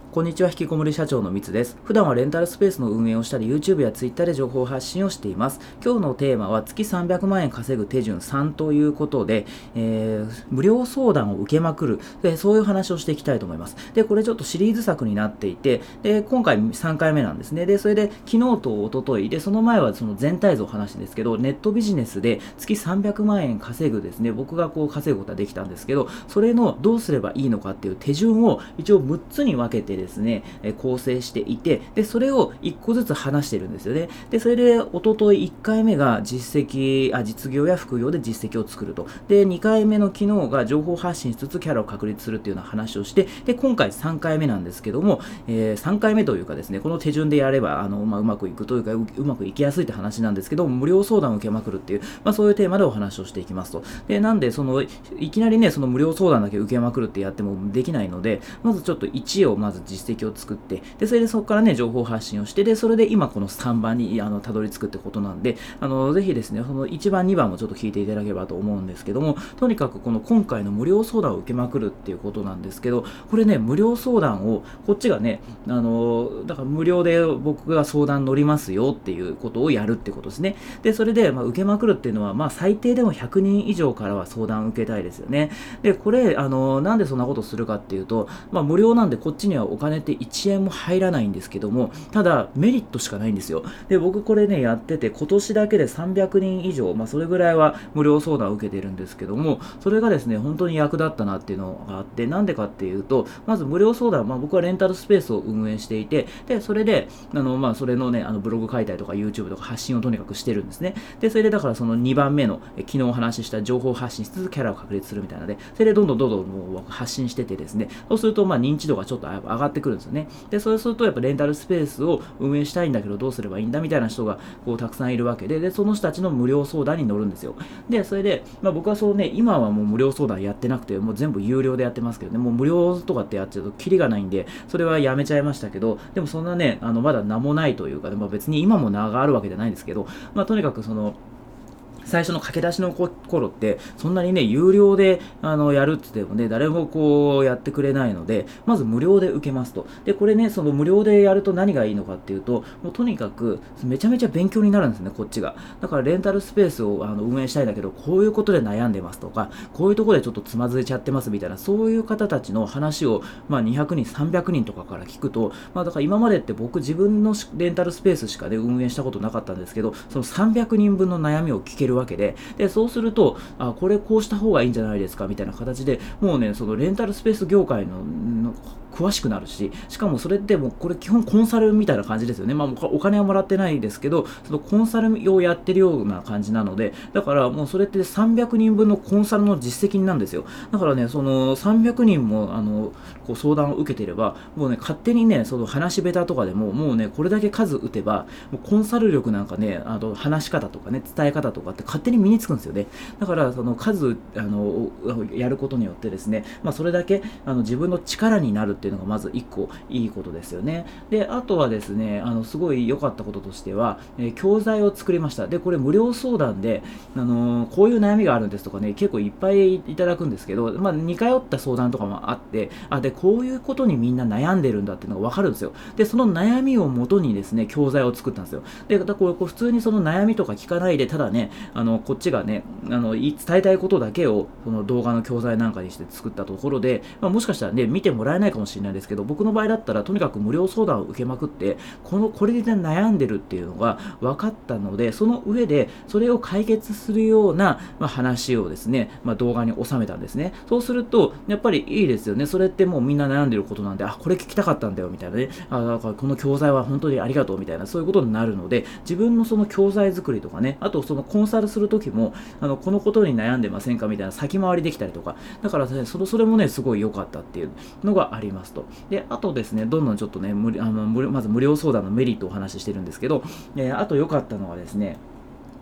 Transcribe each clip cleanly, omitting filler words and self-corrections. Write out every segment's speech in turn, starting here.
こんにちは、引きこもり社長のみつです。普段はレンタルスペースの運営をしたり、YouTube や Twitter で情報発信をしています。今日のテーマは月300万円稼ぐ手順3ということで、無料相談を受けまくるで、そういう話をしていきたいと思います。で、これちょっとシリーズ作になっていて、で、今回3回目なんですね。で、それで昨日と一昨日で、その前はその全体像を話したんですけど、ネットビジネスで月300万円稼ぐですね、僕が稼ぐことができたんですけど、それのどうすればいいのかっていう手順を一応6つに分けてですね、構成していて、でそれを1個ずつ話してるんですよね。でそれで一昨日1回目が実業や副業で実績を作ると。で2回目の昨日が情報発信しつつキャラを確立するっていうような話をして、で今回3回目なんですけども、3回目というかですね、この手順でやればうまくいくというか、うまくいきやすいって話なんですけども、無料相談を受けまくるっていう、そういうテーマでお話をしていきますと。でなんでいきなりね、その無料相談だけ受けまくるってやってもできないので、まずちょっと1をまず実績を作って、でそれでそこからね情報発信をして、でそれで今この3番にたどり着くってことなんで、ぜひですね、その1番2番もちょっと聞いていただければと思うんですけども、とにかくこの今回の無料相談を受けまくるっていうことなんですけど、これね、無料相談をこっちがね、だから無料で僕が相談乗りますよっていうことをやるってことですね。でそれで、受けまくるっていうのは、最低でも100人以上からは相談を受けたいですよね。でこれなんでそんなことするかっていうと、無料なんでこっちにはお金って1円も入らないんですけども、ただメリットしかないんですよ。で僕これねやってて、今年だけで300人以上、それぐらいは無料相談を受けてるんですけども、それがですね本当に役立ったなっていうのがあって、なんでかっていうと、まず無料相談、僕はレンタルスペースを運営していて、でそれでそれのねブログ書いたりとか YouTube とか発信をとにかくしてるんですね。でそれでだからその2番目の昨日お話しした情報発信しつつキャラを確立するみたいなので、それでどんどんもう発信しててですね、そうすると認知度がちょっと上がってくるんですよね。でそうするとやっぱレンタルスペースを運営したいんだけどどうすればいいんだみたいな人がたくさんいるわけで、その人たちの無料相談に乗るんですよ。でそれで、僕は今はもう無料相談やってなくて、もう全部有料でやってますけどね、もう無料とかってやっちゃうとキリがないんで、それはやめちゃいましたけど、でもそんなねまだ名もないというか、別に今も名があるわけじゃないんですけど、とにかく最初の駆け出しの頃ってそんなにね有料でやるって言ってもね誰もやってくれないので、まず無料で受けますと。でこれね、その無料でやると何がいいのかっていうと、もうとにかくめちゃめちゃ勉強になるんですね、こっちが。だからレンタルスペースを運営したいんだけどこういうことで悩んでますとか、こういうところでちょっとつまずいちゃってますみたいな、そういう方たちの話を200人300人とかから聞くと、だから今までって僕自分のレンタルスペースしかね運営したことなかったんですけど、その300人分の悩みを聞けるわけで、そうするとこれこうした方がいいんじゃないですかみたいな形で、もうねそのレンタルスペース業界の詳しくなるし、しかもそれってもうこれ基本コンサルみたいな感じですよね。お金はもらってないですけど、そのコンサルをやってるような感じなので、だからもうそれって300人分のコンサルの実績なんですよ。だからね、その300人も相談を受けてれば、もうね勝手にねその話し下手とかでももうねこれだけ数打てば、もうコンサル力なんかね話し方とかね伝え方とかって勝手に身につくんですよね。だからその数やることによってですね、それだけ自分の力になるっていうのがまず1個いいことですよね。であとはですね、すごい良かったこととしては、教材を作りました。でこれ無料相談でこういう悩みがあるんですとかね、結構いっぱいいただくんですけど、似通った相談とかもあって、でこういうことにみんな悩んでるんだっていうのが分かるんですよ。でその悩みをもとにですね教材を作ったんですよ。でこれ普通にその悩みとか聞かないで、ただねこっちがね伝えたいことだけをその動画の教材なんかにして作ったところで、もしかしたらね見てもらえないかもしれないですけど、僕の場合だったらとにかく無料相談を受けまくって、これで悩んでるっていうのが分かったので、その上でそれを解決するような、話をですね、動画に収めたんですね。そうするとやっぱりいいですよね。それってもうみんな悩んでることなんで、これ聞きたかったんだよみたいなね、だからこの教材は本当にありがとうみたいな、そういうことになるので、自分のその教材作りとかね、あとそのコンサルする時もこのことに悩んでませんかみたいな先回りできたりとか、だからねそれもねすごい良かったっていうのがありますと。であとですね、どんどんちょっとねまず無料相談のメリットをお話ししてるんですけど、あと良かったのはですね、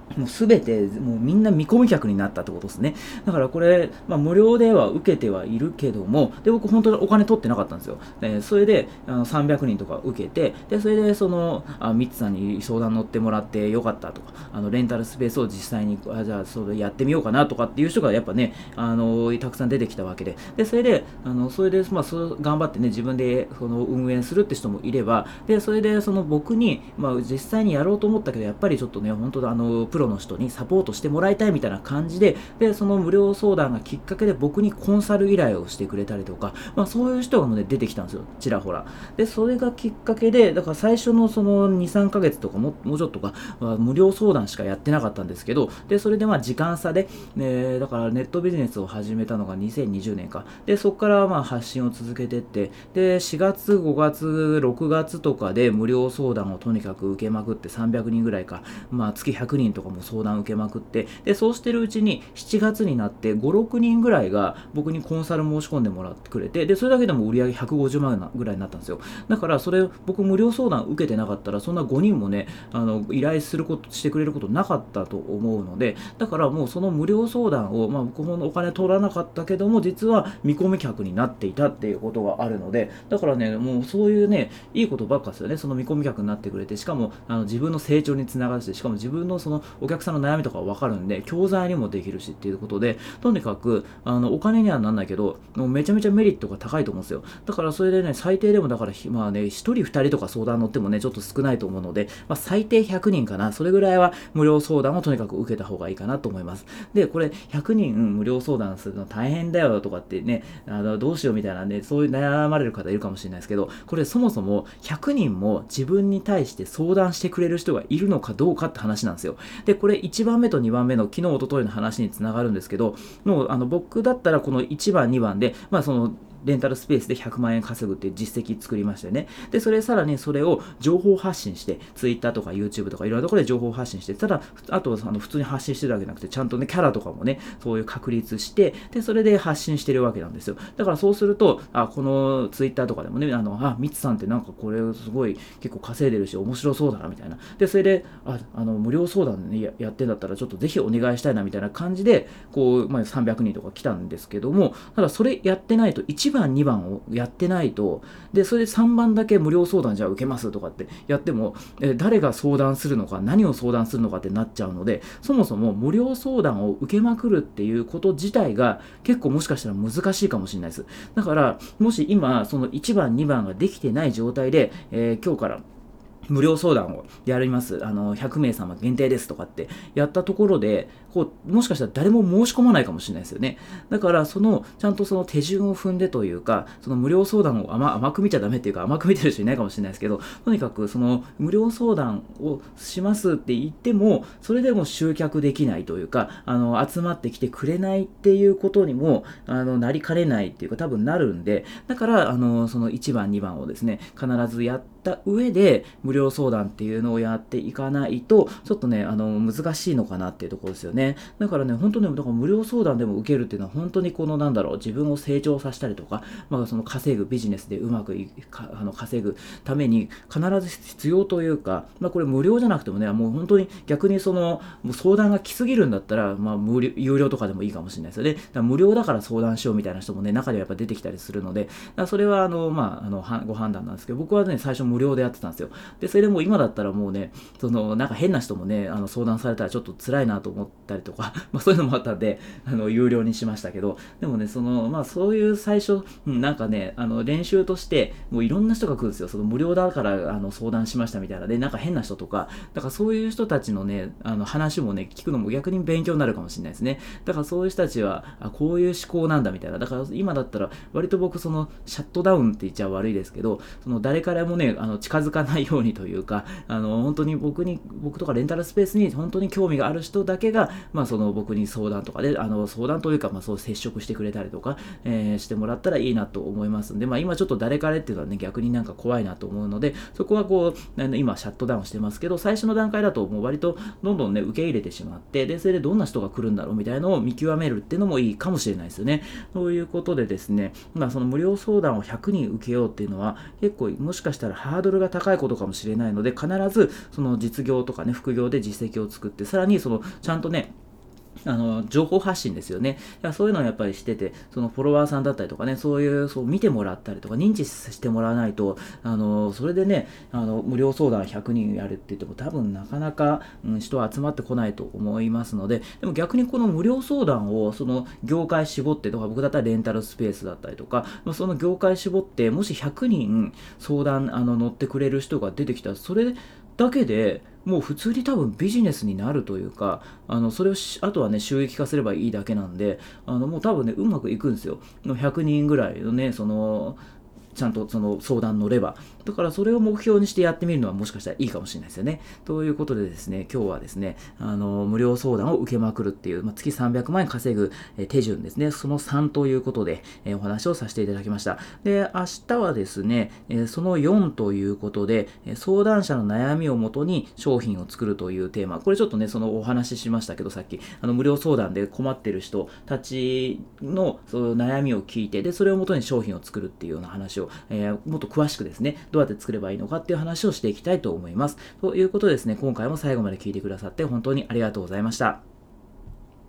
もう全てもうみんな見込み客になったってことですね。だからこれ、無料では受けてはいるけども、で僕本当にお金取ってなかったんですよ。それで300人とか受けて、でそれでミッツさんに相談乗ってもらってよかったとか、レンタルスペースを実際にじゃあそれやってみようかなとかっていう人がやっぱね、たくさん出てきたわけで、それで頑張ってね自分で運営するって人もいれば、でそれで僕に、実際にやろうと思ったけどやっぱりちょっとね本当プロの人にサポートしてもらいたいみたいな感じで、その無料相談がきっかけで僕にコンサル依頼をしてくれたりとか、そういう人がね出てきたんですよ、ちらほら。でそれがきっかけで、だから最初の2、3ヶ月とかもうちょっとか、無料相談しかやってなかったんですけど、でそれで時間差で、だからネットビジネスを始めたのが2020年かで、そこから発信を続けてって、で4月5月6月とかで無料相談をとにかく受けまくって300人ぐらいか、月100人とかも相談受けまくって、でそうしてるうちに7月になって5、6人ぐらいが僕にコンサル申し込んでもらってくれて、でそれだけでも売り上げ150万ぐらいになったんですよ。だからそれ僕無料相談受けてなかったらそんな5人もね依頼してくれることなかったと思うので、だからもうその無料相談を、僕もお金取らなかったけども実は見込み客になっていたっていうことがあるので、だからねもうそういうねいいことばっかですよね。その見込み客になってくれて、しかも自分の成長につながるし、しかも自分のお客さんの悩みとか分かるんで教材にもできるしっていうことで、とにかくお金にはなんないけどもうめちゃめちゃメリットが高いと思うんですよ。だからそれでね最低でもだから1人2人とか相談乗ってもねちょっと少ないと思うので、最低100人かな、それぐらいは無料相談をとにかく受けた方がいいかなと思います。でこれ100人無料相談するの大変だよとかってねどうしようみたいなね、そういう悩まれる方いるかもしれないですけど、これそもそも100人も自分に対して相談してくれる人がいるのかどうかって話なんですよ。でこれ1番目と2番目の昨日一昨日の話につながるんですけど、もう僕だったらこの1番2番でレンタルスペースで100万円稼ぐっていう実績作りましたよね。で、さらにそれを情報発信して、Twitter とか YouTube とかいろんなところで情報発信して、ただ、あと普通に発信してるわけじゃなくて、ちゃんとね、キャラとかもね、そういう確立して、で、それで発信してるわけなんですよ。だからそうすると、この Twitter とかでもね、ミツさんってなんかこれすごい結構稼いでるし、面白そうだな、みたいな。で、それで、無料相談でね、やってんだったら、ちょっとぜひお願いしたいな、みたいな感じで、300人とか来たんですけども、ただそれやってないと、1番、2番をやってないと、で、それで3番だけ無料相談じゃあ受けますとかってやっても、誰が相談するのか、何を相談するのかってなっちゃうので、そもそも無料相談を受けまくるっていうこと自体が結構もしかしたら難しいかもしれないです。だから、もし今、その1番、2番ができてない状態で、今日から無料相談をやります。100名様限定ですとかってやったところで、もしかしたら誰も申し込まないかもしれないですよね。だから、ちゃんとその手順を踏んでというか、その無料相談を甘く見ちゃダメっていうか、甘く見てる人いないかもしれないですけど、とにかくその無料相談をしますって言っても、それでも集客できないというか、集まってきてくれないっていうことにも、なりかねないっていうか、多分なるんで、だから、その1番、2番をですね、必ずやった上で、無料相談っていうのをやっていかないと、ちょっとね、難しいのかなっていうところですよね。だからね、本当に、だから無料相談でも受けるっていうのは、本当に自分を成長させたりとか、その稼ぐビジネスでうまく稼ぐために必ず必要というか、これ無料じゃなくてもね、もう本当に逆にもう相談が来すぎるんだったら、有料とかでもいいかもしれないですよね。だから無料だから相談しようみたいな人もね、中ではやっぱ出てきたりするので、それはご判断なんですけど、僕はね、最初無料でやってたんですよ。で、それでもう今だったらもうね、なんか変な人もね、相談されたらちょっと辛いなと思ったりとか、そういうのもあったんで、有料にしましたけど、でもね、そういう最初、なんかね、練習として、もういろんな人が来るんですよ。無料だから、相談しましたみたいな。で、なんか変な人とか、だからそういう人たちのね、話もね、聞くのも逆に勉強になるかもしれないですね。だからそういう人たちは、こういう思考なんだみたいな。だから今だったら、割と僕、シャットダウンって言っちゃ悪いですけど、誰からもね、近づかないようにというか、本当に僕とかレンタルスペースに本当に興味がある人だけが、僕に相談とかで、相談というか、そう接触してくれたりとか、してもらったらいいなと思いますんで、今ちょっと誰彼っていうのはね、逆になんか怖いなと思うので、そこは今シャットダウンしてますけど、最初の段階だともう割とどんどんね、受け入れてしまって、で、それでどんな人が来るんだろうみたいなのを見極めるっていうのもいいかもしれないですよね。ということでですね、その無料相談を100人受けようっていうのは、結構もしかしたらハードルが高いことかもしれないので、必ずその実業とかね、副業で実績を作って、さらにそのちゃんとね、情報発信ですよね。そういうのをやっぱりしてて、そのフォロワーさんだったりとかね、そう見てもらったりとか、認知してもらわないと、それでね、無料相談100人やるって言っても、多分なかなか、人は集まってこないと思いますので、でも逆にこの無料相談を、その業界絞ってとか、僕だったらレンタルスペースだったりとか、その業界絞って、もし100人相談、乗ってくれる人が出てきたら、それだけでもう普通に多分ビジネスになるというか、それをあとはね収益化すればいいだけなんで、もう多分ねうまくいくんですよ。100人ぐらいのねちゃんとその相談乗れば。だからそれを目標にしてやってみるのはもしかしたらいいかもしれないですよね。ということでですね、今日はですね、無料相談を受けまくるっていう、月300万円稼ぐ手順ですね。その3ということで、お話をさせていただきました。で、明日はですね、その4ということで、相談者の悩みをもとに商品を作るというテーマ。これちょっとね、そのお話ししましたけど、さっき、無料相談で困ってる人たちのその悩みを聞いて、で、それをもとに商品を作るっていうような話をもっと詳しくですね、どうやって作ればいいのかっていう話をしていきたいと思います。ということでですね、今回も最後まで聞いてくださって本当にありがとうございました。